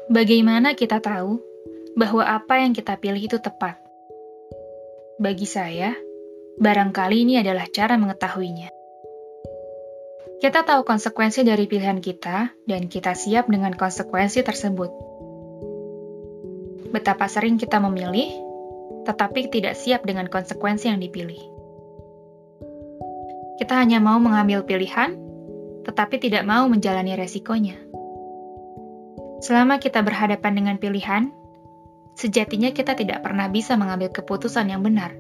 Bagaimana kita tahu bahwa apa yang kita pilih itu tepat? Bagi saya, barangkali ini adalah cara mengetahuinya. Kita tahu konsekuensi dari pilihan kita, dan kita siap dengan konsekuensi tersebut. Betapa sering kita memilih, tetapi tidak siap dengan konsekuensi yang dipilih. Kita hanya mau mengambil pilihan, tetapi tidak mau menjalani resikonya. Selama kita berhadapan dengan pilihan, sejatinya kita tidak pernah bisa mengambil keputusan yang benar.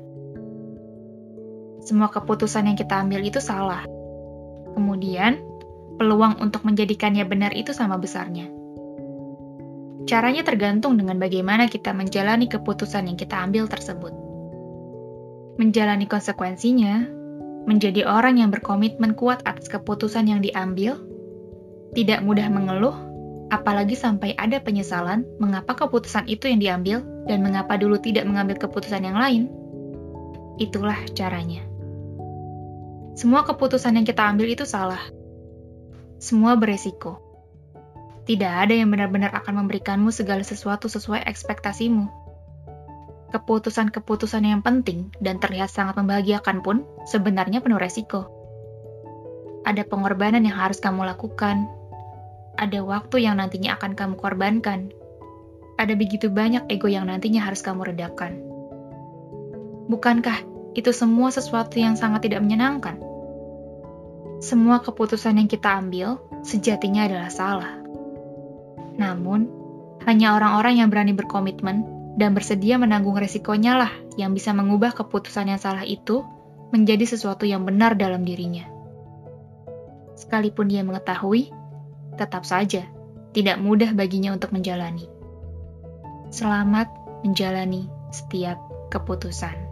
Semua keputusan yang kita ambil itu salah. Kemudian, peluang untuk menjadikannya benar itu sama besarnya. Caranya tergantung dengan bagaimana kita menjalani keputusan yang kita ambil tersebut. Menjalani konsekuensinya, menjadi orang yang berkomitmen kuat atas keputusan yang diambil, tidak mudah mengeluh, apalagi sampai ada penyesalan mengapa keputusan itu yang diambil dan mengapa dulu tidak mengambil keputusan yang lain. Itulah caranya. Semua keputusan yang kita ambil itu salah. Semua beresiko. Tidak ada yang benar-benar akan memberikanmu segala sesuatu sesuai ekspektasimu. Keputusan-keputusan yang penting dan terlihat sangat membahagiakan pun sebenarnya penuh resiko. Ada pengorbanan yang harus kamu lakukan. Ada waktu yang nantinya akan kamu korbankan. Ada begitu banyak ego yang nantinya harus kamu redakan. Bukankah itu semua sesuatu yang sangat tidak menyenangkan? Semua keputusan yang kita ambil sejatinya adalah salah. Namun, hanya orang-orang yang berani berkomitmen dan bersedia menanggung resikonya lah yang bisa mengubah keputusan yang salah itu menjadi sesuatu yang benar dalam dirinya. Sekalipun dia mengetahui, tetap saja tidak mudah baginya untuk menjalani. Selamat menjalani setiap keputusan.